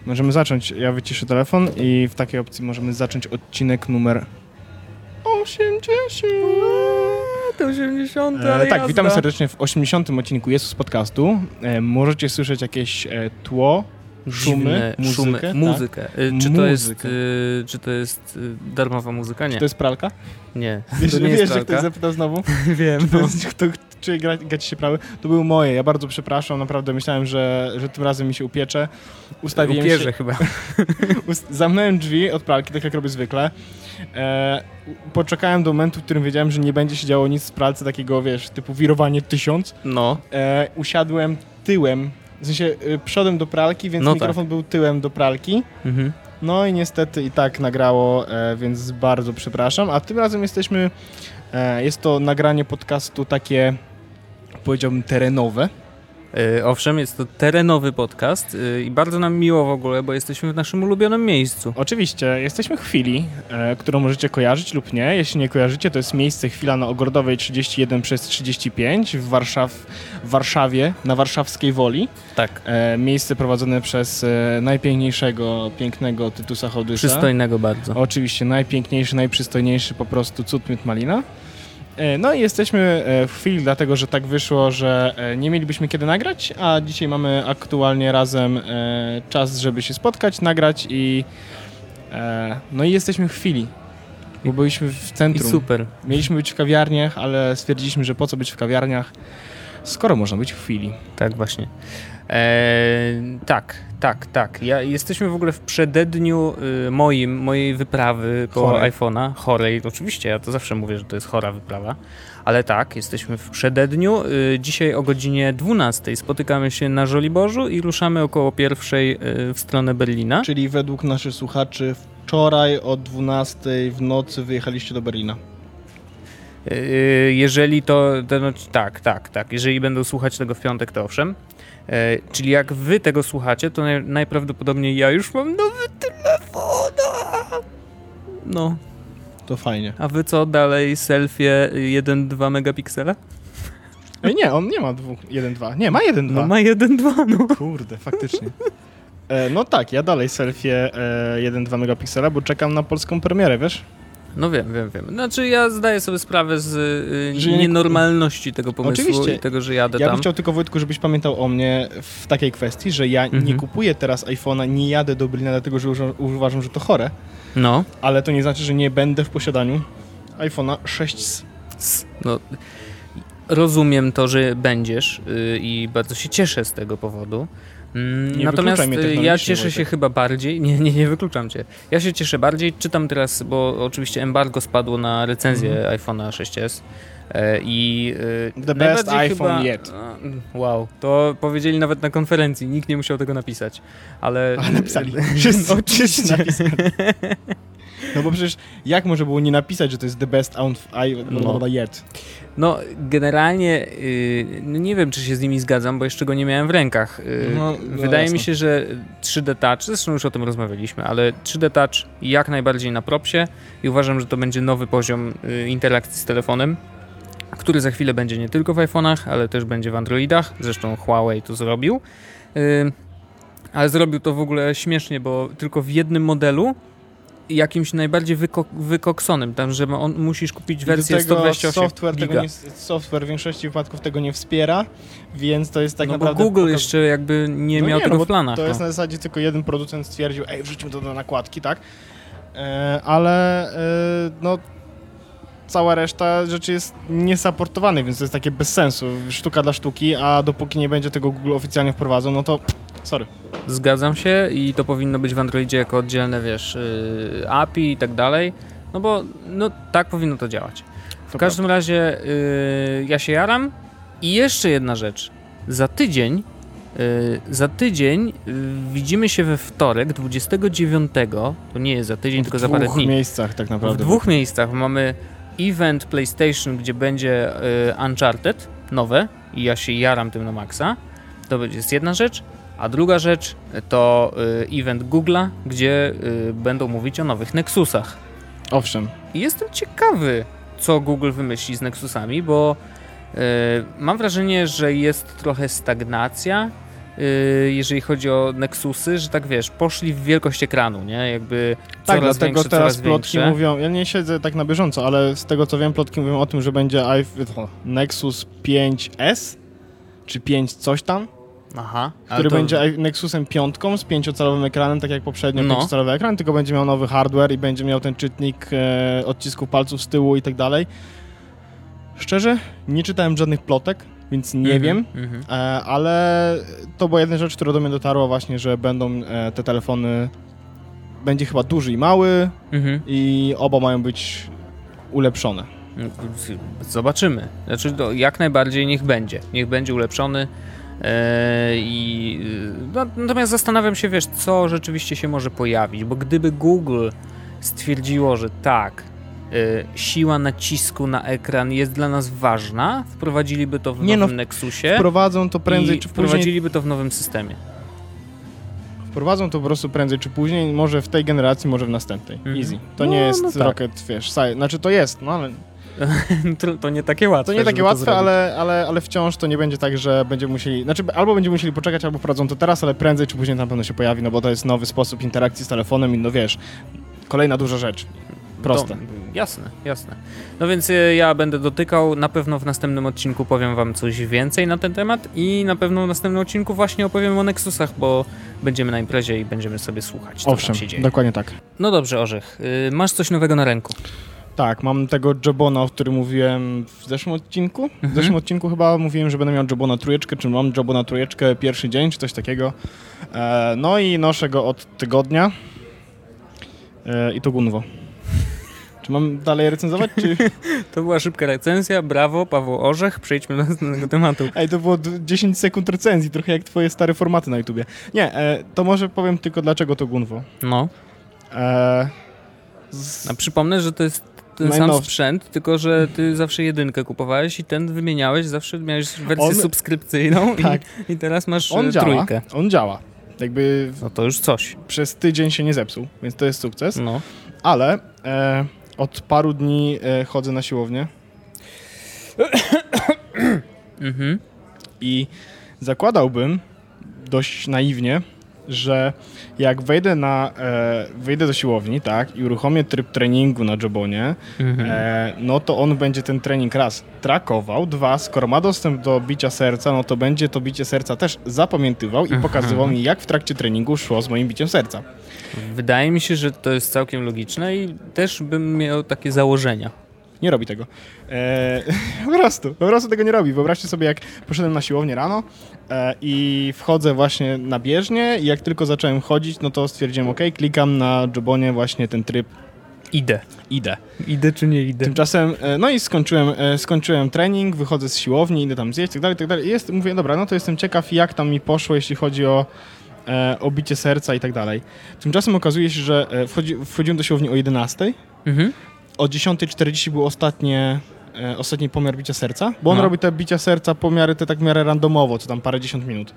Możemy zacząć, ja wyciszę telefon i w takiej opcji możemy zacząć odcinek numer 80. To 80, ale Tak, jazda. witamy serdecznie w 80. odcinku Jesus Podcastu. Możecie słyszeć jakieś tło, szumy, muzykę. Muzykę. Czy to jest darmowa muzyka? Nie. Czy to jest pralka? Nie. Wiesz, to nie jest że pralka. ktoś zapytał znowu? Wiem. Czy gaci się prały? To były moje, ja bardzo przepraszam, naprawdę myślałem, że tym razem mi się upiecze. Upierze chyba. Zamknąłem drzwi od pralki, tak jak robię zwykle. Poczekałem do momentu, w którym wiedziałem, że nie będzie się działo nic w pralce takiego, wiesz, typu wirowanie 1000. No. Usiadłem tyłem, w sensie przodem do pralki, więc mikrofon był tyłem do pralki. Mhm. No i niestety i tak nagrało, więc bardzo przepraszam. A tym razem jest to nagranie podcastu takie, powiedziałbym, terenowe. Owszem, jest to terenowy podcast i bardzo nam miło w ogóle, bo jesteśmy w naszym ulubionym miejscu. Oczywiście, jesteśmy w Chwili, którą możecie kojarzyć lub nie. Jeśli nie kojarzycie, to jest miejsce Chwila na Ogrodowej 31/35 w Warszawie, na Warszawskiej Woli. Tak. Miejsce prowadzone przez najpiękniejszego, pięknego Tytusa Hołdysa. Przystojnego bardzo. Oczywiście, najpiękniejszy, najprzystojniejszy po prostu cud miód malina. No i jesteśmy w Chwili, dlatego że tak wyszło, że nie mielibyśmy kiedy nagrać, a dzisiaj mamy aktualnie razem czas, żeby się spotkać, nagrać i jesteśmy w Chwili, bo byliśmy w centrum. I super. Mieliśmy być w kawiarniach, ale stwierdziliśmy, że po co być w kawiarniach, skoro można być w Chwili. Tak, właśnie. Tak. Jesteśmy w ogóle w przededniu mojej wyprawy po iPhone'a. Chorej, oczywiście, ja to zawsze mówię, że to jest chora wyprawa. Ale tak, jesteśmy w przededniu. Dzisiaj o godzinie 12 spotykamy się na Żoliborzu i ruszamy około 1:00 w stronę Berlina. Czyli według naszych słuchaczy wczoraj o 12 w nocy wyjechaliście do Berlina. Jeżeli to... Tak. Jeżeli będą słuchać tego w piątek, to owszem. Czyli jak wy tego słuchacie, to najprawdopodobniej ja już mam nowy telefon. No. To fajnie. A wy co dalej? Selfie 1,2 megapiksela? Nie, on nie ma 1,2. Nie, ma 1,2. No ma 1,2, no. Kurde, faktycznie. No tak, ja dalej selfie 1,2 megapiksela, bo czekam na polską premierę, wiesz? No wiem. Znaczy ja zdaję sobie sprawę z nienormalności tego pomysłu. Oczywiście. I tego, że jadę tam. Ja bym chciał tylko, Wojtku, żebyś pamiętał o mnie w takiej kwestii, że ja nie kupuję teraz iPhone'a, nie jadę do Berlina, dlatego że uważam, że to chore. No. Ale to nie znaczy, że nie będę w posiadaniu iPhone'a 6. No, rozumiem to, że będziesz i bardzo się cieszę z tego powodu. Natomiast ja cieszę się chyba bardziej, nie wykluczam cię. Ja się cieszę bardziej, czytam teraz, bo oczywiście embargo spadło na recenzję iPhone'a 6s i the best iPhone yet. Wow, to powiedzieli nawet na konferencji, nikt nie musiał tego napisać, ale... A napisali, wszyscy napisali. No bo przecież jak może było nie napisać, że to jest the best iPhone yet? No generalnie nie wiem, czy się z nimi zgadzam, bo jeszcze go nie miałem w rękach. Wydaje mi się, że 3D Touch, zresztą już o tym rozmawialiśmy, ale 3D Touch jak najbardziej na propsie i uważam, że to będzie nowy poziom interakcji z telefonem, który za chwilę będzie nie tylko w iPhone'ach, ale też będzie w Androidach. Zresztą Huawei to zrobił. Ale zrobił to w ogóle śmiesznie, bo tylko w jednym modelu jakimś najbardziej wykoksonym, tam, że musisz kupić wersję 128 giga. Software w większości wypadków tego nie wspiera, więc to jest tak naprawdę... Bo Google jeszcze jakby nie miał tego w planach. To jest na zasadzie tylko jeden producent stwierdził, wrzućmy to do nakładki, tak? Ale cała reszta rzeczy jest niesaportowanej, więc to jest takie bez sensu, sztuka dla sztuki, a dopóki nie będzie tego Google oficjalnie wprowadzał, no to sorry. Zgadzam się i to powinno być w Androidzie jako oddzielne, API i tak dalej, no bo tak powinno to działać. W każdym razie ja się jaram i jeszcze jedna rzecz. Za tydzień widzimy się we wtorek 29, to nie jest za tydzień, tylko za parę dni. W 2 miejscach tak naprawdę. W 2 miejscach mamy event PlayStation, gdzie będzie Uncharted nowe i ja się jaram tym na maksa. To jest jedna rzecz. A druga rzecz to event Google'a, gdzie będą mówić o nowych Nexusach. Owszem. I jestem ciekawy, co Google wymyśli z Nexusami, bo mam wrażenie, że jest trochę stagnacja jeżeli chodzi o Nexusy, że tak wiesz, poszli w wielkość ekranu, nie? Jakby tak, coraz dlatego większe, teraz coraz plotki większe. mówią, ja nie siedzę tak na bieżąco, ale z tego co wiem, plotki mówią o tym, że będzie Nexus 5S, czy 5 coś tam, Aha. który będzie Nexusem 5 z 5-calowym ekranem, tak jak poprzednio 5-calowy ekran, tylko będzie miał nowy hardware i będzie miał ten czytnik odcisków palców z tyłu i tak dalej. Szczerze, nie czytałem żadnych plotek, więc nie wiem, ale to była jedna rzecz, która do mnie dotarła właśnie, że będą te telefony, będzie chyba duży i mały i oba mają być ulepszone. Zobaczymy. Znaczy, jak najbardziej niech będzie ulepszony. Natomiast zastanawiam się, wiesz, co rzeczywiście się może pojawić, bo gdyby Google stwierdziło, że tak, siła nacisku na ekran jest dla nas ważna, wprowadziliby to w nowym Nexusie. Wprowadzą to prędzej czy później. Wprowadziliby to w nowym systemie. Wprowadzą to po prostu prędzej czy później, może w tej generacji, może w następnej. Easy. To nie jest tak. rocket, wiesz, znaczy to jest, no ale... To nie takie łatwe. To nie takie łatwe, ale wciąż to nie będzie tak, że będziemy musieli, znaczy albo będziemy musieli poczekać, albo wprowadzą to teraz, ale prędzej czy później na pewno się pojawi, no bo to jest nowy sposób interakcji z telefonem i no wiesz, kolejna duża rzecz. Proste. Jasne. No więc ja będę dotykał, na pewno w następnym odcinku powiem wam coś więcej na ten temat i na pewno w następnym odcinku właśnie opowiem o Nexusach, bo będziemy na imprezie i będziemy sobie słuchać, co tam się dzieje. Dokładnie tak. No dobrze, Orzech, masz coś nowego na ręku? Tak, mam tego Jobona, o którym mówiłem w zeszłym odcinku. W zeszłym odcinku chyba mówiłem, że będę miał Jobona trójeczkę, czy mam Jobona trójeczkę pierwszy dzień, czy coś takiego. No i noszę go od tygodnia. I to Gunwo. Czy mam dalej recenzować, czy... To była szybka recenzja, brawo, Paweł Orzech, przejdźmy do następnego tematu. Ej, to było 10 sekund recenzji, trochę jak twoje stare formaty na YouTubie. Nie, to może powiem tylko dlaczego to Gunwo. No. A przypomnę, że to jest ten sam sprzęt, tylko że ty zawsze jedynkę kupowałeś i ten wymieniałeś, zawsze miałeś wersję subskrypcyjną tak. i teraz masz trójkę. On działa. Jakby... No to już coś. Przez tydzień się nie zepsuł, więc to jest sukces. No. Ale od paru dni chodzę na siłownię. I zakładałbym dość naiwnie, że jak wejdę do siłowni, tak, i uruchomię tryb treningu na Jobonie, no to on będzie ten trening raz trackował, dwa, skoro ma dostęp do bicia serca, no to będzie to bicie serca też zapamiętywał i pokazywał mi, jak w trakcie treningu szło z moim biciem serca. Wydaje mi się, że to jest całkiem logiczne i też bym miał takie założenia. Nie robi tego. Po prostu tego nie robi. Wyobraźcie sobie, jak poszedłem na siłownię rano i wchodzę właśnie na bieżnię i jak tylko zacząłem chodzić, no to stwierdziłem, klikam na Jobonie właśnie ten tryb. Idę. Idę czy nie idę? Tymczasem, no i skończyłem trening, wychodzę z siłowni, idę tam zjeść, tak dalej. Mówię, dobra, no to jestem ciekaw, jak tam mi poszło, jeśli chodzi o bicie serca i tak dalej. Tymczasem okazuje się, że wchodziłem do siłowni o 11:00. O 10:40 był ostatni pomiar bicia serca, bo on robi te bicia serca pomiary te tak w miarę randomowo, co tam parędziesiąt minut.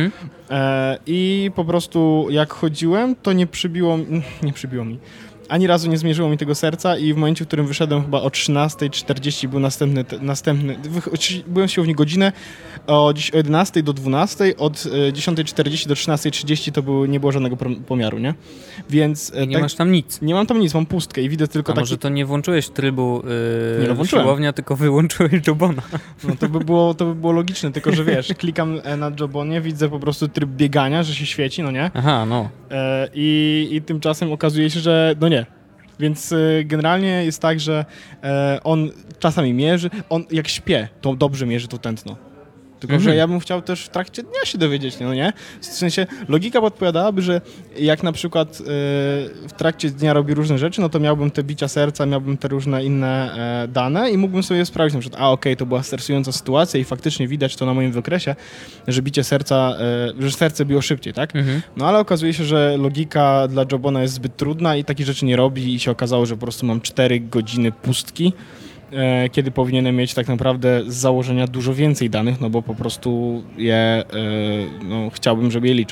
I po prostu jak chodziłem, to nie przybiło mi. Ani razu nie zmierzyło mi tego serca i w momencie, w którym wyszedłem chyba o 13:40 był następny byłem w siłowni godzinę, o 11:00 do 12:00, od 10:40 do 13:30 to nie było żadnego pomiaru, nie? Więc... I nie masz tam nic. Nie mam tam nic, mam pustkę i widzę tylko może to nie włączyłeś trybu siłownia, tylko wyłączyłeś Jobona. No to by było logiczne, tylko że wiesz, klikam na Jobonie, widzę po prostu tryb biegania, że się świeci, no nie? Aha, no. I tymczasem okazuje się, że no nie. Więc generalnie jest tak, że on czasami mierzy, on jak śpię, to dobrze mierzy to tętno. Tylko, że ja bym chciał też w trakcie dnia się dowiedzieć, no nie? W sensie logika podpowiadałaby, że jak na przykład w trakcie dnia robi różne rzeczy, no to miałbym te bicia serca, miałbym te różne inne dane i mógłbym sobie sprawdzić na przykład, to była stresująca sytuacja i faktycznie widać to na moim wykresie, że bicie serca, że serce biło szybciej, tak? No ale okazuje się, że logika dla Jobona jest zbyt trudna i takich rzeczy nie robi i się okazało, że po prostu mam 4 godziny pustki, kiedy powinienem mieć tak naprawdę z założenia dużo więcej danych, no bo po prostu chciałbym, żeby je liczył.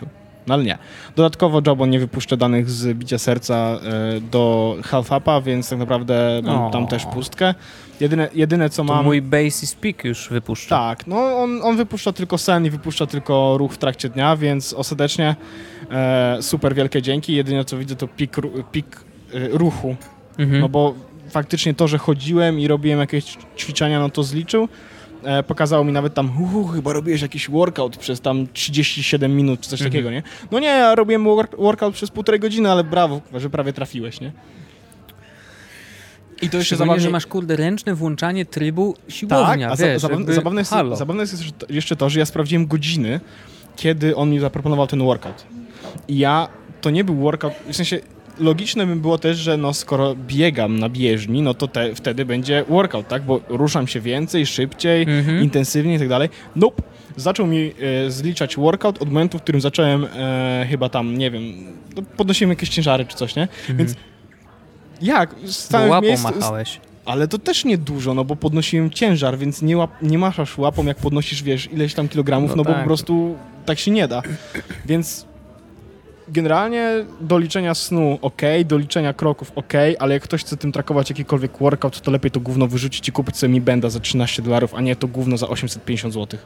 No ale nie. Dodatkowo Jawbone nie wypuszcza danych z bicia serca do Health Upa, więc tak naprawdę mam tam też pustkę. Jedyne co to mam... mój Base Speak już wypuszcza. Tak, no on wypuszcza tylko sen i wypuszcza tylko ruch w trakcie dnia, więc ostatecznie super wielkie dzięki. Jedyne co widzę to pik ruchu, no bo faktycznie to, że chodziłem i robiłem jakieś ćwiczenia, no to zliczył. Pokazało mi nawet tam, chyba robiłeś jakiś workout przez tam 37 minut czy coś takiego, nie? No nie, ja robiłem workout przez 1,5 godziny, ale brawo, że prawie trafiłeś, nie? I to jeszcze zabawne, że masz ręczne włączanie trybu siłownia, tak, wiesz, zabawne jest jeszcze to, że ja sprawdziłem godziny, kiedy on mi zaproponował ten workout. I to nie był workout, w sensie logiczne by było też, że no skoro biegam na bieżni, no to wtedy będzie workout, tak? Bo ruszam się więcej, szybciej, intensywniej i tak dalej. Nope. Zaczął mi zliczać workout od momentu, w którym zacząłem chyba tam, nie wiem, podnosiłem jakieś ciężary czy coś, nie? Więc jak? Bo łapą machałeś. Ale to też nie dużo, no bo podnosiłem ciężar, więc nie machasz łapą, jak podnosisz, wiesz, ileś tam kilogramów, no bo po prostu tak się nie da. Więc generalnie do liczenia snu do liczenia kroków ale jak ktoś chce tym trakować jakikolwiek workout, to lepiej to gówno wyrzucić i kupić sobie Mi Banda za $13, a nie to gówno za 850 zł.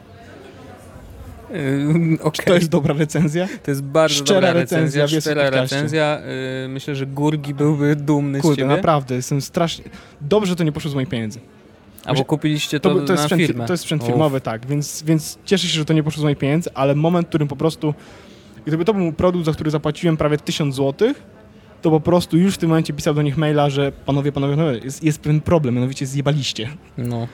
Czy to jest dobra recenzja? To jest bardzo szczera dobra recenzja. Szczera recenzja. Myślę, że Gurgi byłby dumny z ciebie. Naprawdę, jestem strasznie... Dobrze, że to nie poszło z moich pieniędzy. Albo kupiliście to na firmę. To jest sprzęt firmowy, tak, więc cieszę się, że to nie poszło z moich pieniędzy, ale moment, w którym po prostu... Gdyby to był produkt, za który zapłaciłem prawie 1000 zł, to po prostu już w tym momencie pisał do nich maila, że panowie, jest pewien problem, mianowicie zjebaliście. No.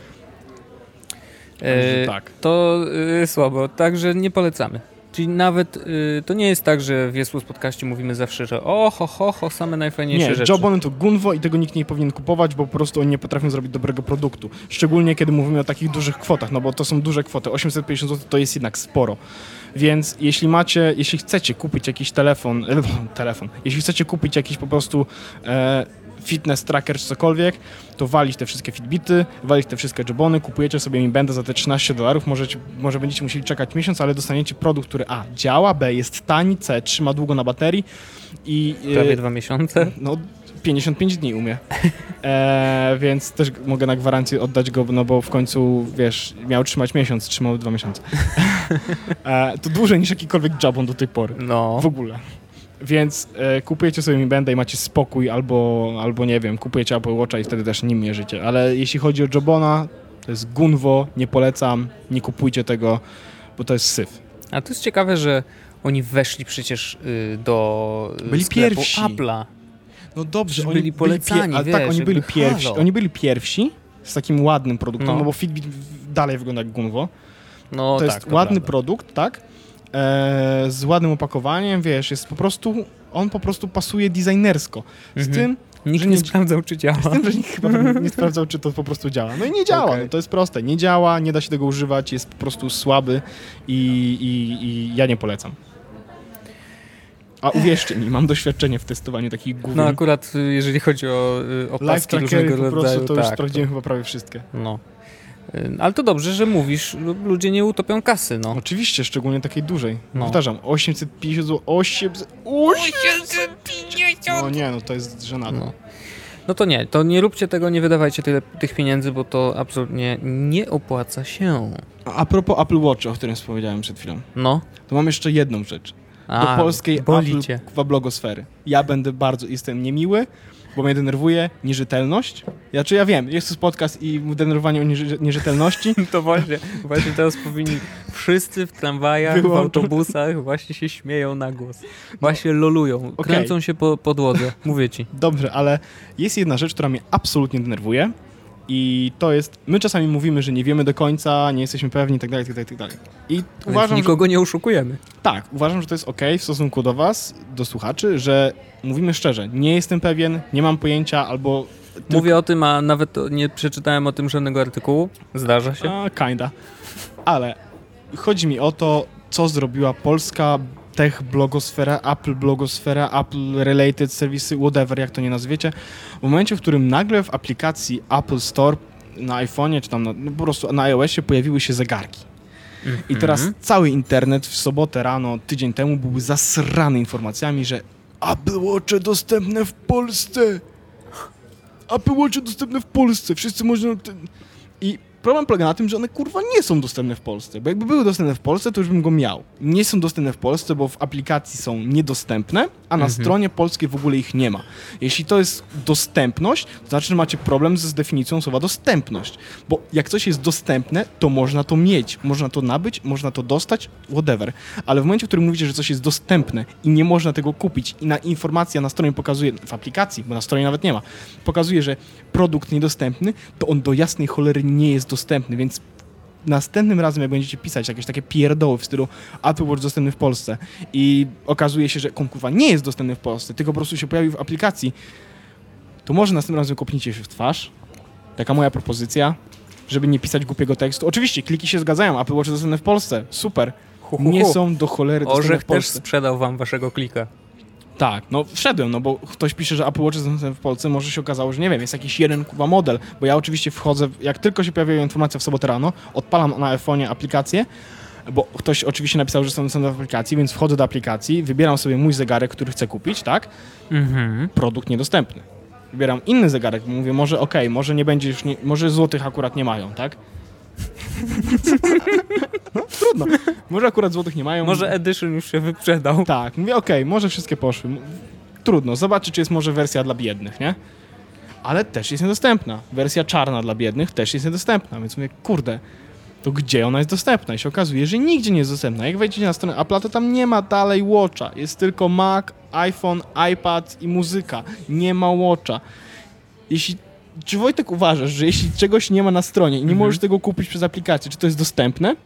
Tak. To słabo, także nie polecamy. Czyli nawet to nie jest tak, że w Jesłos Podcaście mówimy zawsze, że same najfajniejsze rzeczy. Nie, Jawbone to gunwo i tego nikt nie powinien kupować, bo po prostu oni nie potrafią zrobić dobrego produktu. Szczególnie kiedy mówimy o takich dużych kwotach, no bo to są duże kwoty. 850 zł to jest jednak sporo. Więc jeśli chcecie kupić jakiś telefon, jeśli chcecie kupić jakiś po prostu fitness tracker czy cokolwiek, to walić te wszystkie Fitbity, walić te wszystkie Jawbony, kupujecie sobie Mi Banda za te $13, może będziecie musieli czekać miesiąc, ale dostaniecie produkt, który A, działa, B, jest tani, C, trzyma długo na baterii i... Prawie 2 miesiące? No, 55 dni umie. Więc też mogę na gwarancję oddać go, no bo w końcu, wiesz, miał trzymać miesiąc, trzymał 2 miesiące. To dłużej niż jakikolwiek Jawbone do tej pory. No. W ogóle. Więc kupujecie sobie Mi Banda i macie spokój, albo nie wiem, kupujecie Apple Watcha i wtedy też nim mierzycie. Ale jeśli chodzi o Jawbona, to jest gunwo, nie polecam, nie kupujcie tego, bo to jest syf. A to jest ciekawe, że oni weszli przecież do byli sklepu pierwsi. Apple'a. No dobrze, oni byli polecani, ale wiesz, tak, oni byli pierwsi z takim ładnym produktem, no bo Fitbit dalej wygląda jak gunwo. No, to jest ładny produkt, tak? Z ładnym opakowaniem, wiesz, on po prostu pasuje designersko. Z tym, nikt nie sprawdzał, czy działa. Z tym, że nikt chyba nie sprawdzał, czy to po prostu działa. No i nie działa, no to jest proste. Nie działa, nie da się tego używać, jest po prostu słaby i ja nie polecam. A uwierzcie mi, mam doświadczenie w testowaniu takich gówien. No akurat jeżeli chodzi o paski różnego rodzaju, po prostu to już sprawdziłem chyba prawie wszystkie. No. Ale to dobrze, że mówisz, ludzie nie utopią kasy, no. Oczywiście, szczególnie takiej dużej. No. Powtarzam, 850 zł, 850! No nie, no to jest żenada. No to nie róbcie tego, nie wydawajcie tych pieniędzy, bo to absolutnie nie opłaca się. A propos Apple Watcha, o którym wspomniałem przed chwilą. No. To mam jeszcze jedną rzecz. Do polskiej Apple blogosfery. Ja jestem niemiły, bo mnie denerwuje nierzetelność. Ja wiem, jest to podcast i denerwowanie o nierzetelności. To właśnie teraz powinni wszyscy w tramwajach, w autobusach właśnie się śmieją na głos. Właśnie lolują, kręcą się po podłodze, mówię ci. Dobrze, ale jest jedna rzecz, która mnie absolutnie denerwuje i to jest, my czasami mówimy, że nie wiemy do końca, nie jesteśmy pewni itd. I uważam, nikogo nie oszukujemy. Tak, uważam, że to jest okej w stosunku do was, do słuchaczy, że mówimy szczerze, nie jestem pewien, nie mam pojęcia, albo... Mówię o tym, a nawet nie przeczytałem o tym żadnego artykułu. Zdarza się. Kinda. Ale chodzi mi o to, co zrobiła polska tech blogosfera, Apple related serwisy, whatever, jak to nie nazwiecie. W momencie, w którym nagle w aplikacji Apple Store na iPhone'ie, czy tam po prostu na iOSie pojawiły się zegarki. I teraz cały internet w sobotę rano, tydzień temu byłby zasrany informacjami, że Apple Watche dostępne w Polsce! Apple Watche dostępne w Polsce! Wszyscy można... I problem polega na tym, że one kurwa nie są dostępne w Polsce, bo jakby były dostępne w Polsce, to już bym go miał. Nie są dostępne w Polsce, bo w aplikacji są niedostępne, a na stronie polskiej w ogóle ich nie ma. Jeśli to jest dostępność, to znaczy, że macie problem z definicją słowa dostępność, bo jak coś jest dostępne, to można to mieć, można to nabyć, można to dostać, whatever. Ale w momencie, w którym mówicie, że coś jest dostępne i nie można tego kupić i informacja na stronie pokazuje, w aplikacji, bo na stronie nawet nie ma, pokazuje, że produkt niedostępny, to on do jasnej cholery nie jest dostępny, więc następnym razem, jak będziecie pisać jakieś takie pierdoły w stylu Apple Watch dostępny w Polsce i okazuje się, że kurwa nie jest dostępny w Polsce, tylko po prostu się pojawił w aplikacji, to może następnym razem kopnijcie się w twarz. Taka moja propozycja, żeby nie pisać głupiego tekstu. Oczywiście, kliki się zgadzają, Apple Watch dostępny w Polsce, super. Nie są do cholery dostępne Orzech w Polsce. też sprzedał wam waszego klika. Tak, no wszedłem, no bo ktoś pisze, że Apple Watch jest dostępny w Polsce, może się okazało, że nie wiem, jest jakiś jeden kuba model, bo ja oczywiście wchodzę, jak tylko się pojawiła informacja w sobotę rano, odpalam na iPhone'ie aplikację, bo ktoś oczywiście napisał, że są dostępne w aplikacji, więc wchodzę do aplikacji, wybieram sobie mój zegarek, który chcę kupić, tak? Produkt niedostępny. Wybieram inny zegarek, mówię, może może nie będzie już, może złotych akurat nie mają, tak? No, trudno. Może akurat złotych nie mają. Może Edition już się wyprzedał. Tak, mówię, może wszystkie poszły. Trudno, zobaczyć, czy jest może wersja dla biednych, nie? Ale też jest niedostępna. Wersja czarna dla biednych też jest niedostępna, więc mówię, kurde, to gdzie ona jest dostępna? I się okazuje, że nigdzie nie jest dostępna. Jak wejdziecie na stronę Apple'a, to tam nie ma dalej Watcha. Jest tylko Mac, iPhone, iPad i muzyka. Nie ma Watcha. Czy Wojtek uważasz, że jeśli czegoś nie ma na stronie i nie możesz tego kupić przez aplikację, czy to jest dostępne?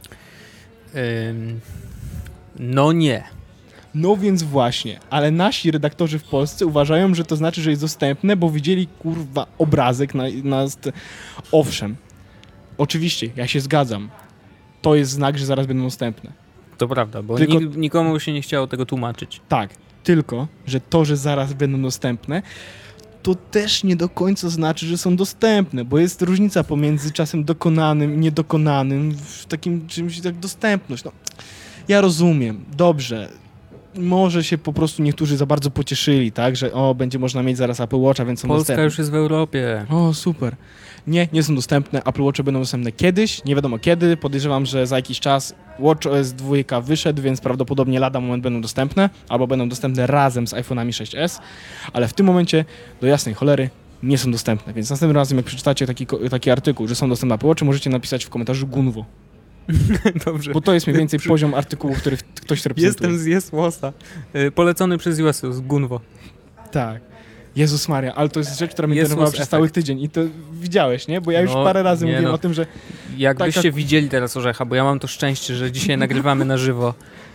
No nie. No więc właśnie, ale nasi redaktorzy w Polsce uważają, że to znaczy, że jest dostępne, bo widzieli kurwa obrazek Owszem, oczywiście, ja się zgadzam. To jest znak, że zaraz będą dostępne. To prawda, bo Tylko... nikomu się nie chciało tego tłumaczyć. Tak, tylko, że to, że zaraz będą dostępne, to też nie do końca znaczy, że są dostępne, bo jest różnica pomiędzy czasem dokonanym i niedokonanym w takim czymś jak dostępność. No, ja rozumiem, dobrze, może się po prostu niektórzy za bardzo pocieszyli, tak, że będzie można mieć zaraz Apple Watcha, więc są Polska dostępne. już jest w Europie. O, super. Nie są dostępne. Apple Watche będą dostępne kiedyś, nie wiadomo kiedy. Podejrzewam, że za jakiś czas WatchOS 2 wyszedł, więc prawdopodobnie lada moment będą dostępne, albo będą dostępne razem z iPhone'ami 6s, ale w tym momencie do jasnej cholery nie są dostępne, więc następnym razem jak przeczytacie taki artykuł, że są dostępne Apple Watche, możecie napisać w komentarzu Gunwo. Dobrze. Bo to jest mniej więcej poziom artykułu, który ktoś reprezentuje. Jestem z Jesłosa. Polecony przez Jesłos, Gunwo. Tak. Jezus Maria, ale to jest rzecz, która mnie denerwowała przez cały tydzień i to widziałeś, nie? Bo ja już parę razy mówiłem o tym, że... Jakbyście widzieli teraz Orzecha, bo ja mam to szczęście, że dzisiaj nagrywamy na żywo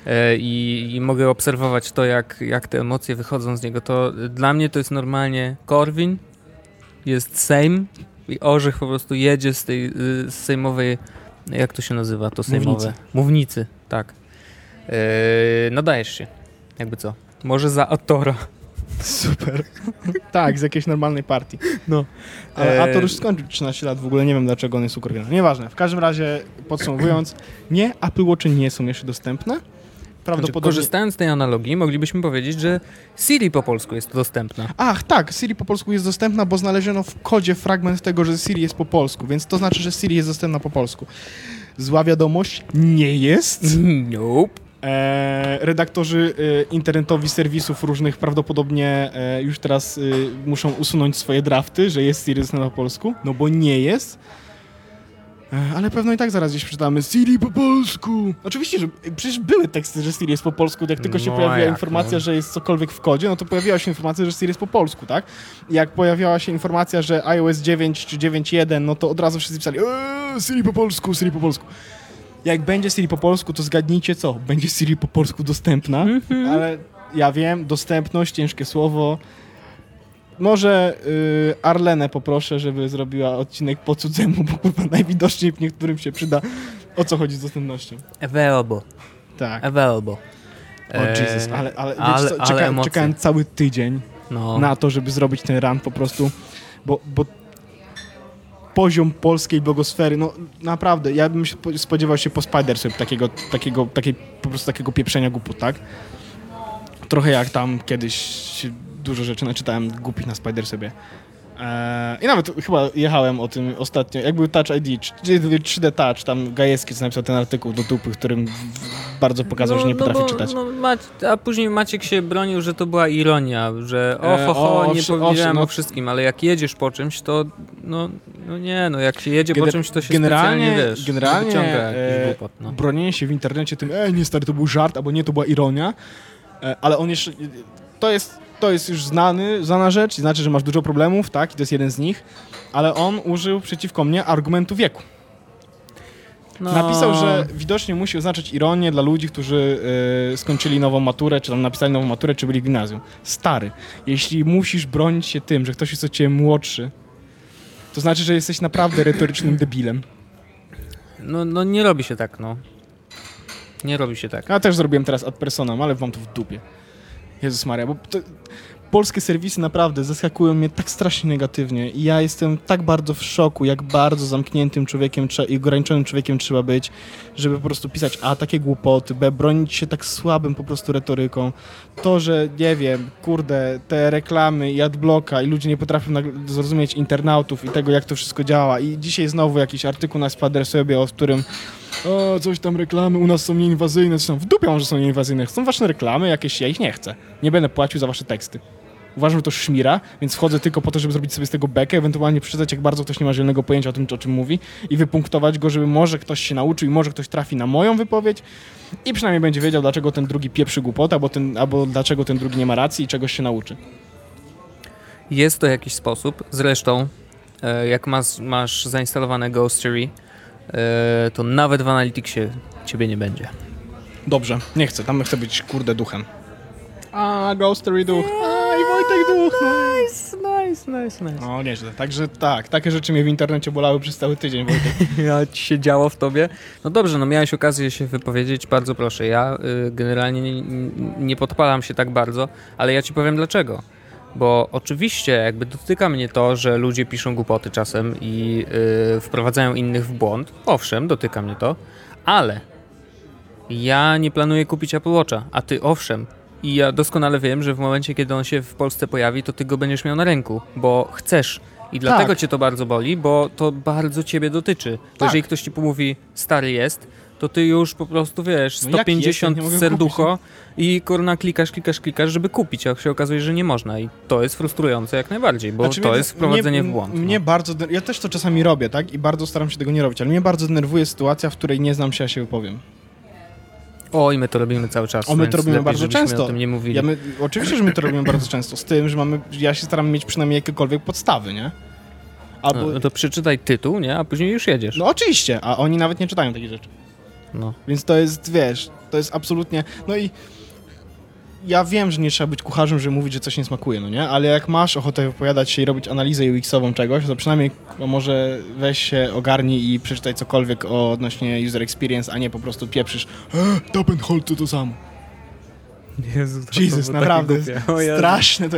i mogę obserwować to, jak te emocje wychodzą z niego, to dla mnie to jest normalnie Korwin, jest Sejm i Orzech po prostu jedzie z tej sejmowej, jak to się nazywa, to sejmowe? Mównicy, tak. Nadajesz się, jakby co. Może za autora. Super. Tak, z jakiejś normalnej partii. No. Ale Ator już skończył 13 lat, w ogóle nie wiem, dlaczego on jest ukorwiony. Nieważne. W każdym razie, podsumowując, nie, Apple Watche nie są jeszcze dostępne. Prawdopodobnie... Korzystając z tej analogii, moglibyśmy powiedzieć, że Siri po polsku jest dostępna. Ach, tak, Siri po polsku jest dostępna, bo znaleziono w kodzie fragment tego, że Siri jest po polsku, więc to znaczy, że Siri jest dostępna po polsku. Zła wiadomość, nie jest. Nope. Redaktorzy internetowi serwisów różnych prawdopodobnie już teraz muszą usunąć swoje drafty, że jest Siri dostępna po polsku, no bo nie jest. Ale pewno i tak zaraz gdzieś przeczytamy Siri po polsku. Oczywiście, że przecież były teksty, że Siri jest po polsku. Jak tylko się pojawiła informacja, że jest cokolwiek w kodzie, no to pojawiła się informacja, że Siri jest po polsku, tak? I jak pojawiała się informacja, że iOS 9 czy 9.1, no to od razu wszyscy pisali Siri po polsku, Siri po polsku. Jak będzie Siri po polsku, to zgadnijcie co? Będzie Siri po polsku dostępna, ale ja wiem, dostępność, ciężkie słowo. Może Arlenę poproszę, żeby zrobiła odcinek po cudzemu, bo kurwa najwidoczniej w niektórym się przyda, o co chodzi z dostępnością. Available. Tak. Available. O Jesus, ale wiecie co, czekałem cały tydzień na to, żeby zrobić ten run po prostu, bo poziom polskiej blogosfery, no naprawdę, ja bym spodziewał się po Spidersweb po prostu takiego pieprzenia głupot, tak? Trochę jak tam kiedyś dużo rzeczy naczytałem głupich na Spiderswebie. I nawet chyba jechałem o tym ostatnio, jak był Touch ID, 3D Touch, tam Gajewski napisał ten artykuł do dupy, w którym bardzo pokazał, że nie potrafi czytać. A później Maciek się bronił, że to była ironia, że nie powiedziałem o wszystkim, ale jak jedziesz po czymś, to jak się jedzie po czymś, to się specjalnie wyciąga jakiś głupot. No. Bronienie się w internecie tym, nie stary, to był żart, albo nie, to była ironia, ale on jeszcze, to jest już znana rzecz, znaczy, że masz dużo problemów, tak, i to jest jeden z nich, ale on użył przeciwko mnie argumentu wieku. No. Napisał, że widocznie musi oznaczać ironię dla ludzi, którzy skończyli nową maturę, czy tam napisali nową maturę, czy byli w gimnazjum. Stary, jeśli musisz bronić się tym, że ktoś jest od ciebie młodszy, to znaczy, że jesteś naprawdę retorycznym debilem. No nie robi się tak, no. Nie robi się tak. Ja też zrobiłem teraz ad personam, ale mam to w dupie. Jezus Maria, bo polskie serwisy naprawdę zaskakują mnie tak strasznie negatywnie i ja jestem tak bardzo w szoku, jak bardzo zamkniętym człowiekiem i ograniczonym człowiekiem trzeba być, żeby po prostu pisać takie głupoty, bronić się tak słabym po prostu retoryką. To, że nie wiem, kurde, te reklamy i adblocka i ludzie nie potrafią zrozumieć internautów i tego, jak to wszystko działa. I dzisiaj znowu jakiś artykuł na Spiderswebie, o którym coś tam reklamy u nas są nieinwazyjne, coś tam w dupie mam, że są nieinwazyjne. Są wasze reklamy jakieś, ja ich nie chcę. Nie będę płacił za wasze teksty. Uważam, że to szmira, więc wchodzę tylko po to, żeby zrobić sobie z tego bekę, ewentualnie przeczytać, jak bardzo ktoś nie ma zielonego pojęcia o tym, o czym mówi i wypunktować go, żeby może ktoś się nauczył i może ktoś trafi na moją wypowiedź i przynajmniej będzie wiedział, dlaczego ten drugi pieprzy głupota, albo dlaczego ten drugi nie ma racji i czegoś się nauczy. Jest to jakiś sposób. Zresztą, jak masz zainstalowane Ghostery, to nawet w Analyticsie ciebie nie będzie. Dobrze, nie chcę. Tam chcę być, kurde, duchem. Ghostery duch. I Wojtek duch. Nice. O, nieźle. Także tak, takie rzeczy mnie w internecie bolały przez cały tydzień, Wojtek. Ja ci się działo w tobie. No dobrze, miałeś okazję się wypowiedzieć, bardzo proszę. Ja generalnie nie podpalam się tak bardzo, ale ja ci powiem dlaczego. Bo oczywiście jakby dotyka mnie to, że ludzie piszą głupoty czasem i wprowadzają innych w błąd. Owszem, dotyka mnie to, ale ja nie planuję kupić Apple Watcha, a ty owszem. I ja doskonale wiem, że w momencie, kiedy on się w Polsce pojawi, to ty go będziesz miał na ręku, bo chcesz. I dlatego cię to bardzo boli, bo to bardzo ciebie dotyczy. Bo jeżeli ktoś ci pomówi, stary jest, to ty już po prostu, wiesz, 150 serducho i kurna klikasz, żeby kupić, a się okazuje, że nie można i to jest frustrujące jak najbardziej, bo to jest wprowadzenie w błąd. Ja też to czasami robię, tak? I bardzo staram się tego nie robić, ale mnie bardzo denerwuje sytuacja, w której nie znam się, a się wypowiem. I my to robimy cały czas. My to robimy bardzo często. O tym nie mówili. Oczywiście, że my to robimy bardzo często, z tym, że ja się staram mieć przynajmniej jakiekolwiek podstawy, nie? No to przeczytaj tytuł, nie? A później już jedziesz. No oczywiście, a oni nawet nie czytają takich rzeczy. No. Więc to jest, wiesz, to jest absolutnie... No i ja wiem, że nie trzeba być kucharzem, żeby mówić, że coś nie smakuje, no nie? Ale jak masz ochotę wypowiadać się i robić analizę UX-ową czegoś, to przynajmniej może weź się, ogarnij i przeczytaj cokolwiek odnośnie user experience, a nie po prostu pieprzysz top and hold to samo. Jezu, Jesus, naprawdę, straszne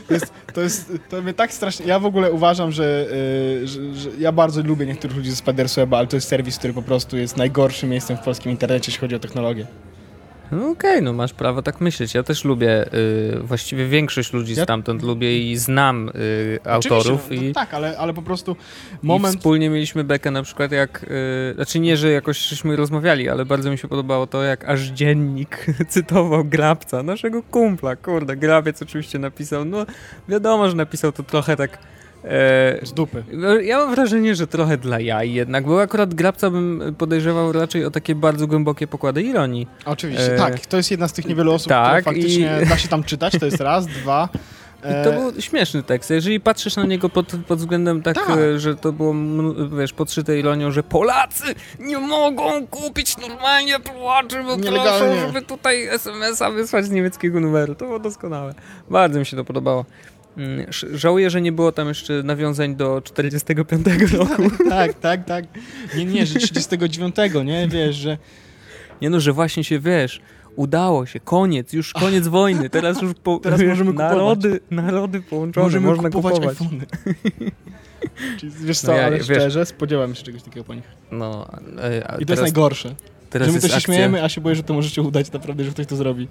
to mnie tak strasznie, ja w ogóle uważam, że ja bardzo lubię niektórych ludzi ze Spidersweba, ale to jest serwis, który po prostu jest najgorszym miejscem w polskim internecie, jeśli chodzi o technologię. No okej, masz prawo tak myśleć. Ja też lubię, właściwie większość ludzi stamtąd lubię i znam autorów. Tak, ale po prostu moment... I wspólnie mieliśmy bekę na przykład jak, znaczy nie, że jakoś żeśmy rozmawiali, ale bardzo mi się podobało to, jak aż dziennik cytował Grabca, naszego kumpla. Kurde, Grabiec oczywiście napisał, wiadomo, że napisał to trochę tak z dupy. Ja mam wrażenie, że trochę dla jaj jednak, bo akurat Grabca bym podejrzewał raczej o takie bardzo głębokie pokłady ironii. Oczywiście, tak. To jest jedna z tych niewielu osób, które faktycznie da się tam czytać, to jest raz, dwa. I to był śmieszny tekst. Jeżeli patrzysz na niego pod względem że to było, wiesz, podszyte ironią, że Polacy nie mogą kupić normalnie Apple Watcha, bo proszę, żeby tutaj SMS-a wysłać z niemieckiego numeru. To było doskonałe. Bardzo mi się to podobało. Żałuję, że nie było tam jeszcze nawiązań do 45 roku. Tak. Nie, że 39, nie? Wiesz, że... Nie że właśnie się, wiesz, udało się, koniec wojny, teraz już teraz możemy narody połączone, możemy można kupować. Wiesz co, ale szczerze, spodziewałem się czegoś takiego po nich. No, i to jest najgorsze. Teraz że my to się akcja. śmiejemy, a się boję, że to może się udać naprawdę, że ktoś to zrobi.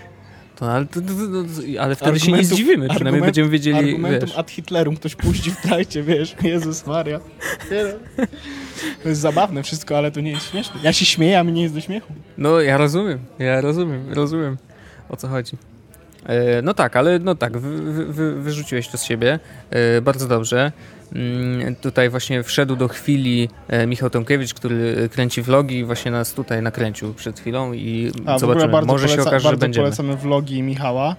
Ale wtedy się nie zdziwimy, przynajmniej będziemy wiedzieli, argumentem ad Hitlerum ktoś puści w trakcie, wiesz, Jezus Maria. To jest zabawne wszystko, ale to nie jest śmieszne. Ja się śmieję, a mi nie jest do śmiechu. No, ja rozumiem, o co chodzi. No tak, ale wyrzuciłeś to z siebie, bardzo dobrze. Tutaj właśnie wszedł do chwili Michał Tomkiewicz, który kręci vlogi, właśnie nas tutaj nakręcił przed chwilą i zobaczymy, może się okaże, że będziemy. Bardzo polecamy vlogi Michała.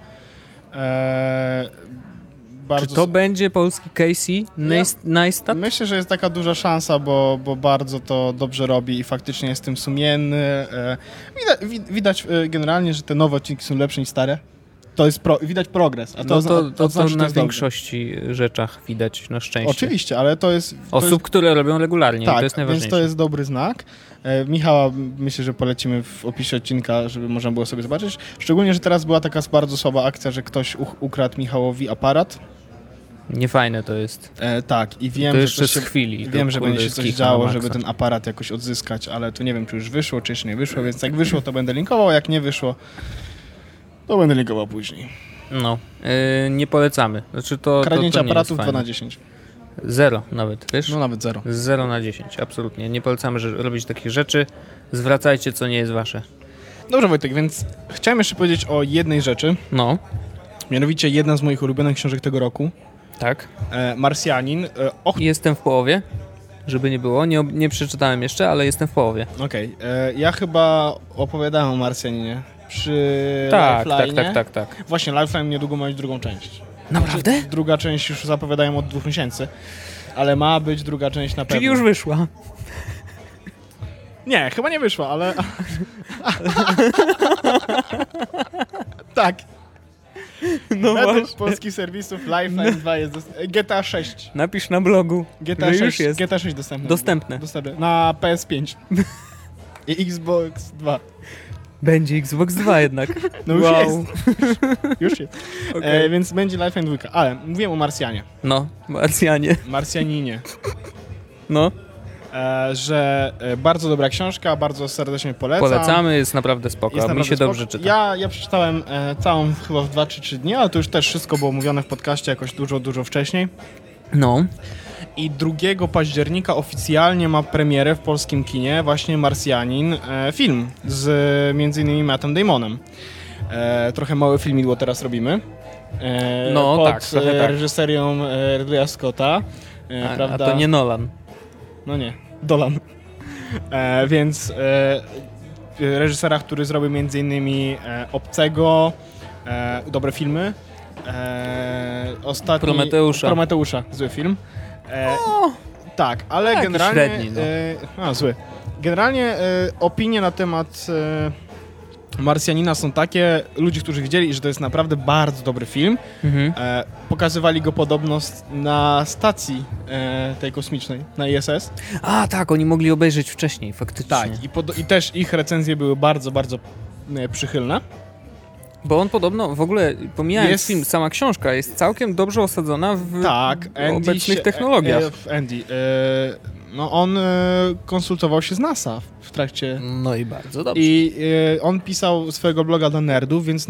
Czy to będzie polski Casey Neistat? Myślę, że jest taka duża szansa, bo bardzo to dobrze robi i faktycznie jest tym sumienny. Widać generalnie, że te nowe odcinki są lepsze niż stare. To jest widać progres. A to znaczy, na większości rzeczach widać, na szczęście. Oczywiście, ale to jest... Osób, które robią regularnie, tak, to jest najważniejsze. Więc to jest dobry znak. Michała myślę, że polecimy w opisie odcinka, żeby można było sobie zobaczyć. Szczególnie, że teraz była taka bardzo słaba akcja, że ktoś ukradł Michałowi aparat. Niefajne to jest. Tak, i wiem, to jeszcze że z chwili. Wiem, że będzie się coś działo, żeby ten aparat jakoś odzyskać, ale to nie wiem, czy już wyszło, czy jeszcze nie wyszło, więc jak wyszło, to będę linkował, jak nie wyszło, to będę linkował później. No, nie polecamy. Znaczy Kradnięcie to nie aparatów jest 2 na 10. 0 nawet, wiesz? No nawet 0. 0 na 10, absolutnie. Nie polecamy robić takich rzeczy. Zwracajcie, co nie jest wasze. Dobrze, Wojtek, więc chciałem jeszcze powiedzieć o jednej rzeczy. No. Mianowicie jedna z moich ulubionych książek tego roku. Tak. Marsjanin. Jestem w połowie, żeby nie było. Nie przeczytałem jeszcze, ale jestem w połowie. Okej. Ja chyba opowiadałem o Marsjaninie przy tak. Właśnie, Lifeline niedługo ma być drugą część. Naprawdę? Druga część już zapowiadają od 2 miesięcy, ale ma być druga część na pewno. Czyli już wyszła. Nie, chyba nie wyszła, ale... tak. No według polskich serwisów Lifeline 2 jest GTA 6. Napisz na blogu, GTA że 6, już jest. GTA 6 dostępne. Na PS5 i Xbox 2. Będzie Xbox 2 jednak. No już jest. Już jest. Okay. Więc będzie Lifeline 2. Ale mówiłem o Marsjanie. No, Marsjaninie. No. Że bardzo dobra książka, bardzo serdecznie polecam. Polecamy, jest naprawdę spoko, mi się dobrze czyta. Ja przeczytałem całą chyba w 2 czy 3 dni, ale to już też wszystko było mówione w podcaście jakoś dużo wcześniej. No. I 2 października oficjalnie ma premierę w polskim kinie właśnie Marsjanin, film z między innymi Mattem Damonem. Trochę mały filmidło teraz robimy. Pod reżyserią Ridleya Scotta. Prawda? A to nie Nolan. No nie, Dolan. Więc reżysera, który zrobił m.in. Obcego, dobre filmy. Ostatni Prometeusza, zły film. Tak, ale generalnie... Średni, zły. Generalnie opinie na temat Marsjanina są takie, ludzie, którzy widzieli, że to jest naprawdę bardzo dobry film, pokazywali go podobno na stacji tej kosmicznej, na ISS. A tak, oni mogli obejrzeć wcześniej, faktycznie. Tak, i też ich recenzje były bardzo przychylne. Bo on podobno, w ogóle pomijając film, sama książka jest całkiem dobrze osadzona w obecnych technologiach. On konsultował się z NASA w trakcie... No i bardzo dobrze. I on pisał swojego bloga dla nerdów, więc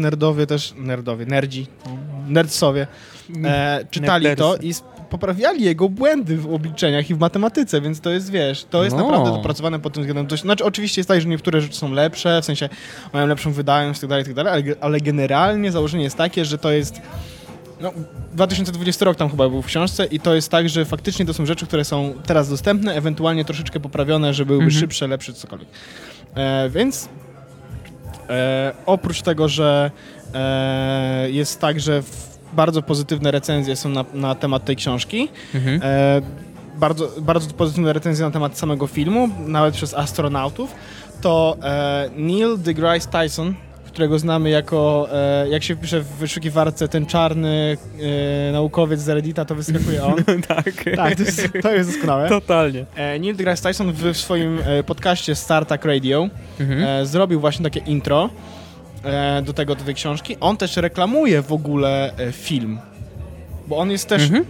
nerdsowie czytali to i poprawiali jego błędy w obliczeniach i w matematyce, więc to jest, to jest naprawdę dopracowane pod tym względem. Znaczy oczywiście jest tak, że niektóre rzeczy są lepsze, w sensie mają lepszą wydajność i tak dalej, ale generalnie założenie jest takie, że to jest... 2020 rok tam chyba był w książce i to jest tak, że faktycznie to są rzeczy, które są teraz dostępne, ewentualnie troszeczkę poprawione, że byłyby szybsze, lepsze, cokolwiek. Więc oprócz tego, że jest tak, że bardzo pozytywne recenzje są na temat tej książki, bardzo pozytywne recenzje na temat samego filmu, nawet przez astronautów, to Neil deGrasse Tyson, którego znamy jako, jak się wpisze w wyszukiwarce, ten czarny naukowiec z Reddita, to wyskakuje on. Tak, to jest doskonałe. Totalnie. Neil deGrasse Tyson w swoim podcaście StarTAC Radio zrobił właśnie takie intro do tej książki. On też reklamuje w ogóle film, bo on jest też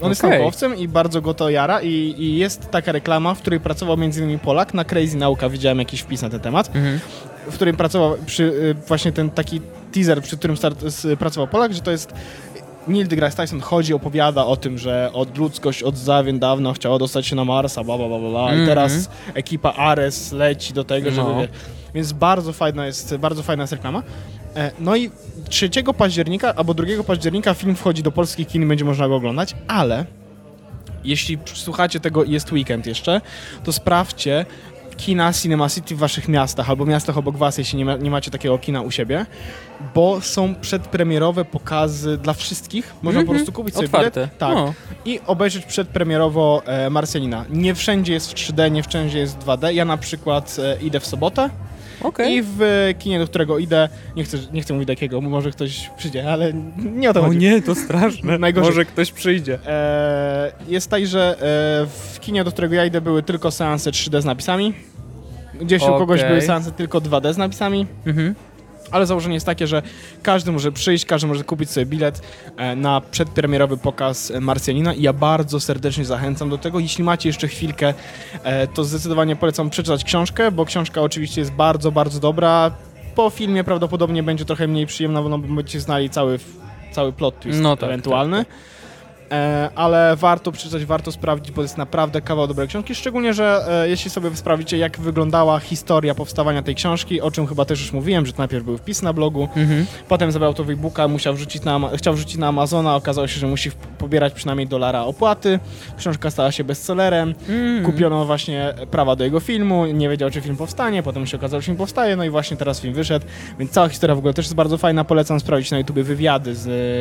On jest naukowcem i bardzo go to jara i jest taka reklama, w której pracował m.in. Polak na Crazy Nauka, widziałem jakiś wpis na ten temat, w którym pracował właśnie ten taki teaser, przy którym pracował Polak, że to jest Neil deGrasse Tyson chodzi, opowiada o tym, że ludzkość od dawien dawna chciała dostać się na Marsa, bla, bla, bla, bla. I teraz ekipa Ares leci do tego, żeby... Więc bardzo fajna jest reklama. No i 3 października albo 2 października film wchodzi do polskich kin i będzie można go oglądać, ale jeśli słuchacie tego i jest weekend jeszcze, to sprawdźcie kina Cinema City w waszych miastach albo miastach obok was, jeśli nie macie takiego kina u siebie, bo są przedpremierowe pokazy dla wszystkich. Można po prostu kupić sobie bilet i obejrzeć przedpremierowo Marsjanina. Nie wszędzie jest w 3D, nie wszędzie jest w 2D. Ja na przykład idę w sobotę i w kinie, do którego idę, nie chcę mówić jakiego, może ktoś przyjdzie, ale nie o to chodzi. O nie, to straszne. Najgorzej. Może ktoś przyjdzie. Jest tak, że w kinie, do którego ja idę, były tylko seanse 3D z napisami. Gdzieś u kogoś były seanse tylko 2D z napisami. Ale założenie jest takie, że każdy może przyjść, każdy może kupić sobie bilet na przedpremierowy pokaz Marsjanina i ja bardzo serdecznie zachęcam do tego. Jeśli macie jeszcze chwilkę, to zdecydowanie polecam przeczytać książkę, bo książka oczywiście jest bardzo, bardzo dobra. Po filmie prawdopodobnie będzie trochę mniej przyjemna, bo będziecie znali cały plot twist ewentualny. Ale warto przeczytać, warto sprawdzić, bo to jest naprawdę kawał dobrej książki, szczególnie, że jeśli sobie sprawdzicie, jak wyglądała historia powstawania tej książki, o czym chyba też już mówiłem, że to najpierw był wpis na blogu, potem zabrał to w e-booka, chciał wrzucić na Amazona, okazało się, że musi pobierać przynajmniej $1 opłaty, książka stała się bestsellerem, kupiono właśnie prawa do jego filmu, nie wiedział, czy film powstanie, potem się okazało, że film powstaje, no i właśnie teraz film wyszedł, więc cała historia w ogóle też jest bardzo fajna, polecam sprawdzić na YouTubie wywiady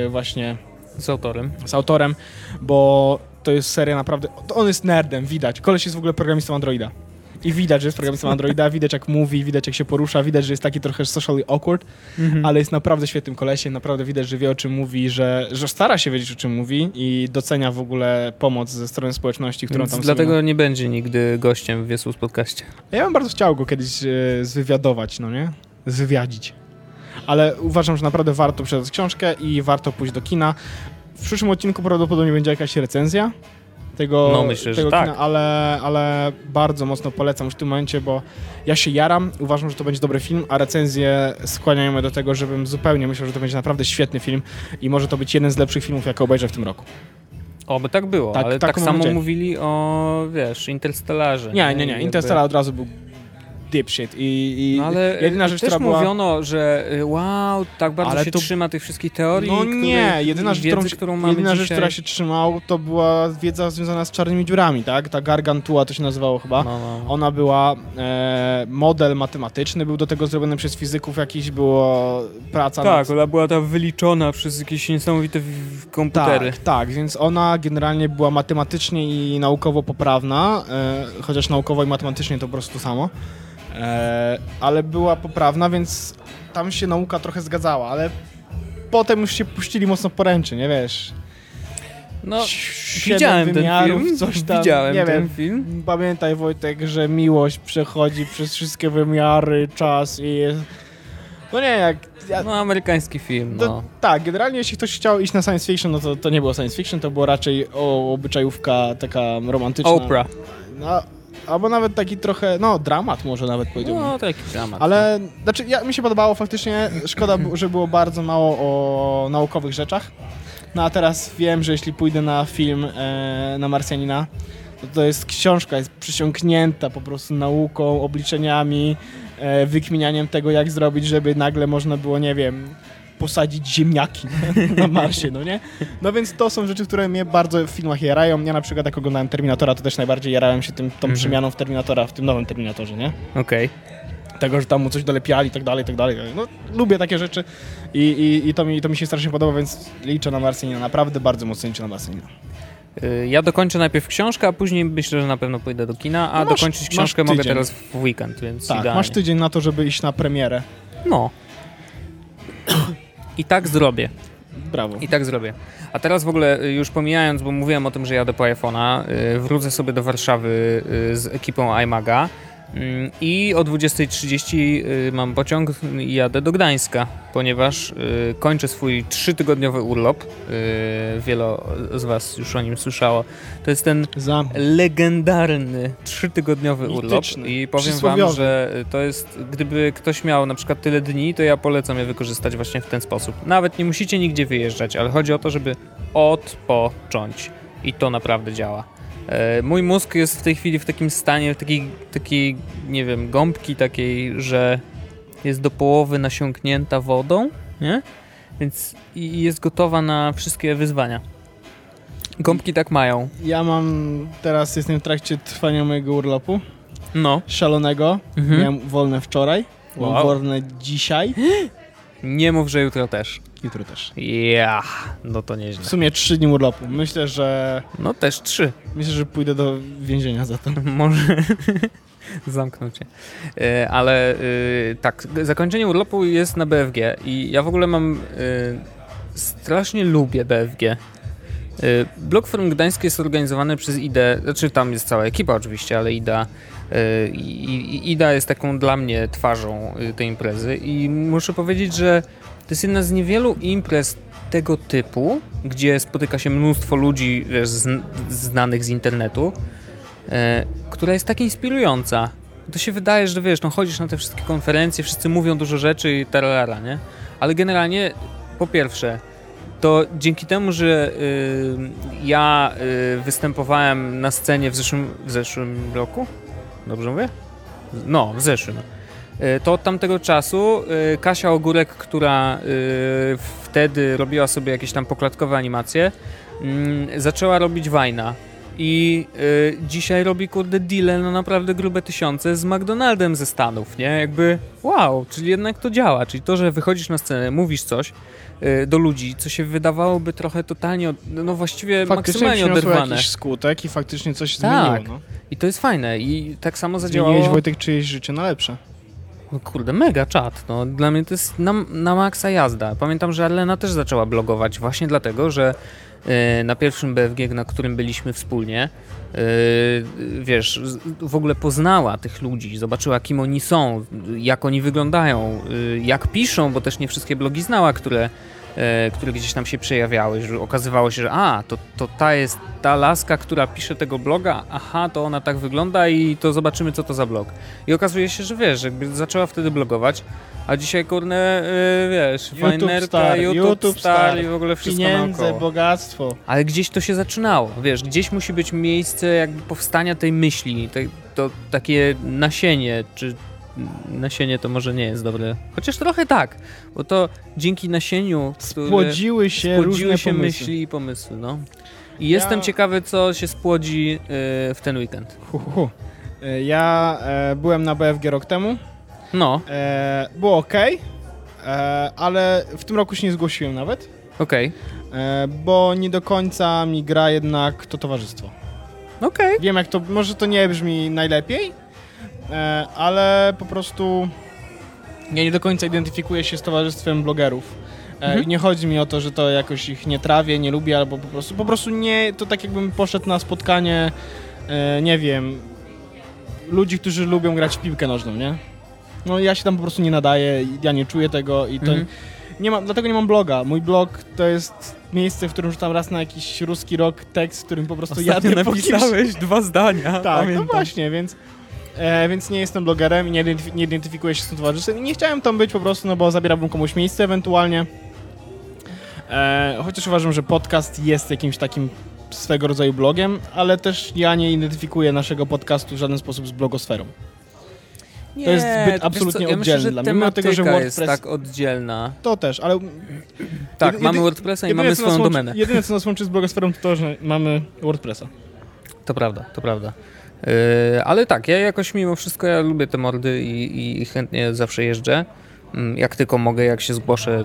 z autorem, bo to jest seria naprawdę... On jest nerdem, widać. Koleś jest w ogóle programistą Androida. I widać, że jest programistą Androida, widać jak mówi, widać jak się porusza, widać, że jest taki trochę socially awkward, ale jest naprawdę świetnym kolesiem, naprawdę widać, że wie o czym mówi, że stara się wiedzieć o czym mówi i docenia w ogóle pomoc ze strony społeczności, którą tam dlatego nie będzie nigdy gościem w Wiesus Podcaście. Ja bym bardzo chciał go kiedyś zwywiadować, no nie? Zwywiadzić. Ale uważam, że naprawdę warto przeczytać książkę i warto pójść do kina. W przyszłym odcinku prawdopodobnie będzie jakaś recenzja tego, myślę, tego że kina, tak. ale bardzo mocno polecam już w tym momencie, bo ja się jaram, uważam, że to będzie dobry film, a recenzje skłaniają mnie do tego, żebym zupełnie myślał, że to będzie naprawdę świetny film i może to być jeden z lepszych filmów, jakie obejrzę w tym roku. By tak było, ale tak samo mówili o, Interstellarze. Nie. Interstellar od razu był dipshit ale jedyna rzecz, też która była... mówiono, że tak bardzo się trzyma tych wszystkich teorii, jedyna rzecz, która się trzymał, to była wiedza związana z czarnymi dziurami, tak? Ta Gargantua to się nazywało chyba. Ona była, model matematyczny był do tego zrobiony przez fizyków, było praca Tak, ona była tam wyliczona przez jakieś niesamowite komputery. Tak, więc ona generalnie była matematycznie i naukowo poprawna, chociaż naukowo i matematycznie to po prostu to samo. Ale była poprawna, więc tam się nauka trochę zgadzała, ale potem już się puścili mocno w poręczy, nie wiesz? Widziałem wymiarów, ten film. Coś tam, film. Pamiętaj, Wojtek, że miłość przechodzi przez wszystkie wymiary, czas i jest... amerykański film, Tak, generalnie jeśli ktoś chciał iść na science fiction, to nie było science fiction, to była raczej obyczajówka taka romantyczna. Oprah. Albo nawet taki trochę, dramat może nawet powiedziałbym. Taki dramat. Ale, mi się podobało faktycznie, szkoda, że było bardzo mało o naukowych rzeczach. A teraz wiem, że jeśli pójdę na film na Marsjanina, to jest książka, jest przysiągnięta po prostu nauką, obliczeniami, wykminianiem tego, jak zrobić, żeby nagle można było, nie wiem, posadzić ziemniaki na Marsie, nie? Więc to są rzeczy, które mnie bardzo w filmach jarają. Ja na przykład jak oglądałem Terminatora, to też najbardziej jarałem się tą przemianą w Terminatora, w tym nowym Terminatorze, nie? Okej. Tego, że tam mu coś dolepiali i tak dalej, i tak dalej. Lubię takie rzeczy i to mi się strasznie podoba, więc liczę na Marsjanina. Naprawdę bardzo mocno liczę na Marsjanina. Ja dokończę najpierw książkę, a później myślę, że na pewno pójdę do kina, a dokończyć książkę mogę teraz w weekend, więc idealnie. Masz tydzień na to, żeby iść na premierę. I tak zrobię. Brawo. I tak zrobię. A teraz w ogóle już pomijając, bo mówiłem o tym, że jadę po iPhone'a, wrócę sobie do Warszawy z ekipą iMaga. I o 20:30 mam pociąg i jadę do Gdańska, ponieważ kończę swój 3-tygodniowy urlop. Wiele z was już o nim słyszało. To jest ten legendarny 3-tygodniowy urlop i powiem wam, że to jest, gdyby ktoś miał na przykład tyle dni, to ja polecam je wykorzystać właśnie w ten sposób. Nawet nie musicie nigdzie wyjeżdżać, ale chodzi o to, żeby odpocząć i to naprawdę działa. Mój mózg jest w tej chwili w takim stanie, takiej, nie wiem, gąbki takiej, że jest do połowy nasiąknięta wodą, nie? Więc i jest gotowa na wszystkie wyzwania. Gąbki tak mają. Ja jestem w trakcie trwania mojego urlopu. No. Szalonego. Miałem wolne wczoraj. Mam wolne dzisiaj. Nie mów, że jutro też. Jutro też. No to nieźle. W sumie 3 dni urlopu. Myślę, że... No też 3. Myślę, że pójdę do więzienia za to. Może zamknął cię. Ale tak, zakończenie urlopu jest na BFG i ja w ogóle strasznie lubię BFG. Blog Forum Gdańskie jest organizowany przez IDę, znaczy tam jest cała ekipa oczywiście, ale IDA jest taką dla mnie twarzą tej imprezy i muszę powiedzieć, że to jest jedna z niewielu imprez tego typu, gdzie spotyka się mnóstwo ludzi, wiesz, znanych z internetu, która jest tak inspirująca. To się wydaje, że wiesz, no chodzisz na te wszystkie konferencje, wszyscy mówią dużo rzeczy i tarara, nie? Ale generalnie, po pierwsze, to dzięki temu, że ja występowałem na scenie w zeszłym roku, dobrze mówię? No, w zeszłym. To od tamtego czasu Kasia Ogórek, która wtedy robiła sobie jakieś tam poklatkowe animacje, zaczęła robić Vine'a. I dzisiaj robi, deale na naprawdę grube tysiące z McDonaldem ze Stanów, nie? Jakby wow, czyli jednak to działa. Czyli to, że wychodzisz na scenę, mówisz coś do ludzi, co się wydawałoby trochę totalnie, no właściwie maksymalnie oderwane. Faktycznie jakiś skutek i faktycznie coś zmieniło. No. I to jest fajne. I tak samo zadziałało... Zmieniłeś, Wojtek, czyjeś życie na lepsze. No kurde, mega czad. No, dla mnie to jest na maksa jazda. Pamiętam, że Arlena też zaczęła blogować właśnie dlatego, że na pierwszym BFG, na którym byliśmy wspólnie, wiesz, w ogóle poznała tych ludzi, zobaczyła, kim oni są, jak oni wyglądają, jak piszą, bo też nie wszystkie blogi znała, które gdzieś tam się przejawiały, że okazywało się, że to ta jest ta laska, która pisze tego bloga, to ona tak wygląda i to zobaczymy, co to za blog. I okazuje się, że wiesz, jakby zaczęła wtedy blogować, a dzisiaj, wiesz, fajnerka, YouTube star i w ogóle wszystko pieniądze, naokoło. Bogactwo. Ale gdzieś to się zaczynało, wiesz, gdzieś musi być miejsce jakby powstania tej myśli, to takie nasienie, czy nasienie to może nie jest dobre, chociaż trochę tak, bo to dzięki nasieniu spłodziły się różne myśli i pomysły, no. I jestem ciekawy, co się spłodzi w ten weekend. Ja byłem na BFG rok temu. No. Było okej, ale w tym roku się nie zgłosiłem nawet. Okej. Bo nie do końca mi gra jednak to towarzystwo. Okej. Wiem, jak to, może to nie brzmi najlepiej, ale po prostu ja nie do końca identyfikuję się z towarzystwem blogerów. I nie chodzi mi o to, że to jakoś ich nie trawię, nie lubię, albo po prostu nie, to tak jakbym poszedł na spotkanie, nie wiem, ludzi, którzy lubią grać w piłkę nożną, nie? No ja się tam po prostu nie nadaję, ja nie czuję tego i to dlatego nie mam bloga. Mój blog to jest miejsce, w którym rzucam raz na jakiś ruski rok tekst, w którym po prostu jadę po kimś. Napisałeś 2 zdania. Tak, pamiętam. No właśnie, więc nie jestem blogerem i nie identyfikuję się z tym towarzystwem i nie chciałem tam być po prostu, no bo zabierałbym komuś miejsce ewentualnie. Chociaż uważam, że podcast jest jakimś takim swego rodzaju blogiem, ale też ja nie identyfikuję naszego podcastu w żaden sposób z blogosferą. Nie, to jest zbyt absolutnie ja myślę, oddzielne. Mimo tego, że WordPress jest tak oddzielna. To też, ale... Tak, mamy WordPressa i mamy swoją domenę. Jedyne, co nas łączy z blogosferą, to to, że mamy WordPressa. To prawda. Ale tak, ja jakoś mimo wszystko ja lubię te mordy i chętnie zawsze jeżdżę. Jak tylko mogę, jak się zgłoszę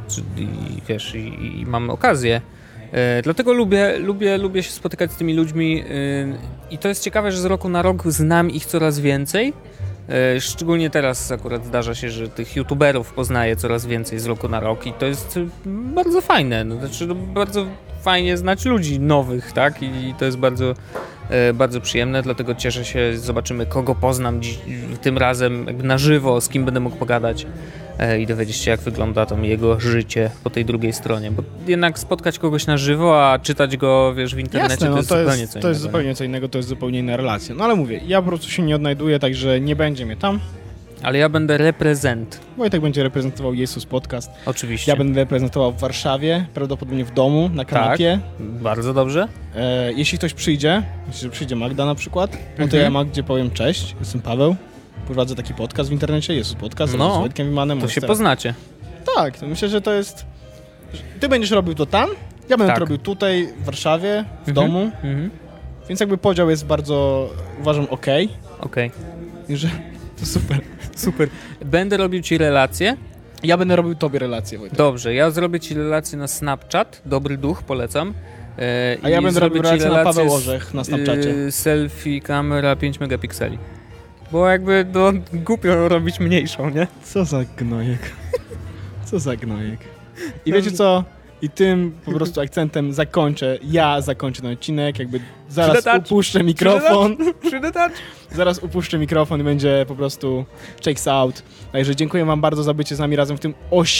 i mam okazję. Dlatego lubię się spotykać z tymi ludźmi i to jest ciekawe, że z roku na rok znam ich coraz więcej. Szczególnie teraz akurat zdarza się, że tych youtuberów poznaję coraz więcej z roku na rok i to jest bardzo fajne. Bardzo fajnie znać ludzi nowych, tak? I to jest bardzo bardzo przyjemne, dlatego cieszę się, zobaczymy kogo poznam tym razem jakby na żywo, z kim będę mógł pogadać i dowiedzieć się jak wygląda tam jego życie po tej drugiej stronie, bo jednak spotkać kogoś na żywo, a czytać go wiesz w internecie. Jasne, to jest zupełnie co innego. To jest zupełnie co innego, to jest zupełnie inna relacja. No ale mówię, ja po prostu się nie odnajduję, także nie będzie mnie tam. Ale ja będę reprezent. Wojtek będzie reprezentował Jesus Podcast. Oczywiście. Ja będę reprezentował w Warszawie, prawdopodobnie w domu, na kanapie. Tak, bardzo dobrze. Jeśli ktoś przyjdzie, myślę, że przyjdzie Magda na przykład, no to ja Magdzie powiem cześć, jestem Paweł, prowadzę taki podcast w internecie, Jesus Podcast, z Wojtkiem Wimanem. To się poznacie. Tak, to myślę, że to jest... Ty będziesz robił to tam, ja będę to robił tutaj, w Warszawie, w domu, więc jakby podział jest bardzo, uważam, okej. I że to super. Super. Będę robił ci relacje. Ja będę robił tobie relacje, Wojtek. Dobrze, ja zrobię ci relacje na Snapchat, Dobry Duch, polecam. A ja będę robił relacje na Paweł Orzech na Snapchacie. Selfie, kamera 5 megapikseli. Bo jakby głupio robić mniejszą, nie? Co za gnojek. Co za gnojek. I wiecie co? I tym po prostu akcentem zakończę ten odcinek, jakby zaraz upuszczę mikrofon. Zaraz upuszczę mikrofon i będzie po prostu checks out. Także dziękuję wam bardzo za bycie z nami razem w tym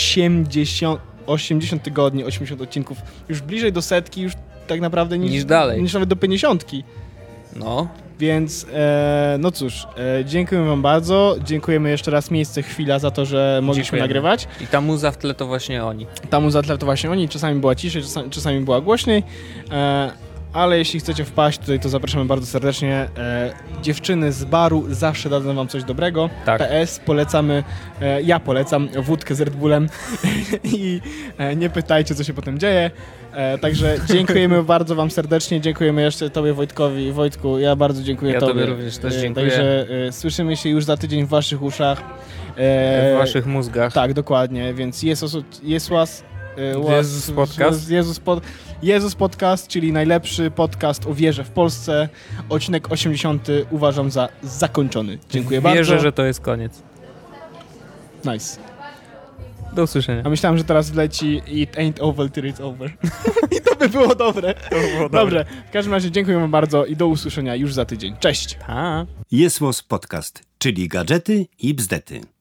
80 tygodni, 80 odcinków. Już bliżej do 100, już tak naprawdę niż dalej. Niż nawet do 50. No. Więc, no cóż, dziękujemy wam bardzo. Dziękujemy jeszcze raz Miejsce Chwila za to, że mogliśmy nagrywać. I ta muza w tle to właśnie oni. Czasami była ciszej, czasami była głośniej. Ale jeśli chcecie wpaść tutaj, to zapraszamy bardzo serdecznie. Dziewczyny z baru zawsze dadzą wam coś dobrego. Tak. PS polecamy, ja polecam wódkę z Red Bullem i nie pytajcie, co się potem dzieje. Także dziękujemy bardzo wam serdecznie, dziękujemy jeszcze tobie Wojtkowi. Wojtku, ja bardzo dziękuję tobie. Ja tobie również też dziękuję. Także słyszymy się już za tydzień w waszych uszach. W waszych mózgach. Tak, dokładnie, więc Jezus Podcast, czyli najlepszy podcast o wierze w Polsce. Odcinek 80 uważam za zakończony. Dziękuję bardzo. Wierzę, że to jest koniec. Nice. Do usłyszenia. A myślałem, że teraz wleci It ain't over till it's over. I to by było dobre. Dobrze, w każdym razie dziękuję wam bardzo i do usłyszenia już za tydzień. Cześć. Pa. Jesus Podcast, czyli gadżety i bzdety.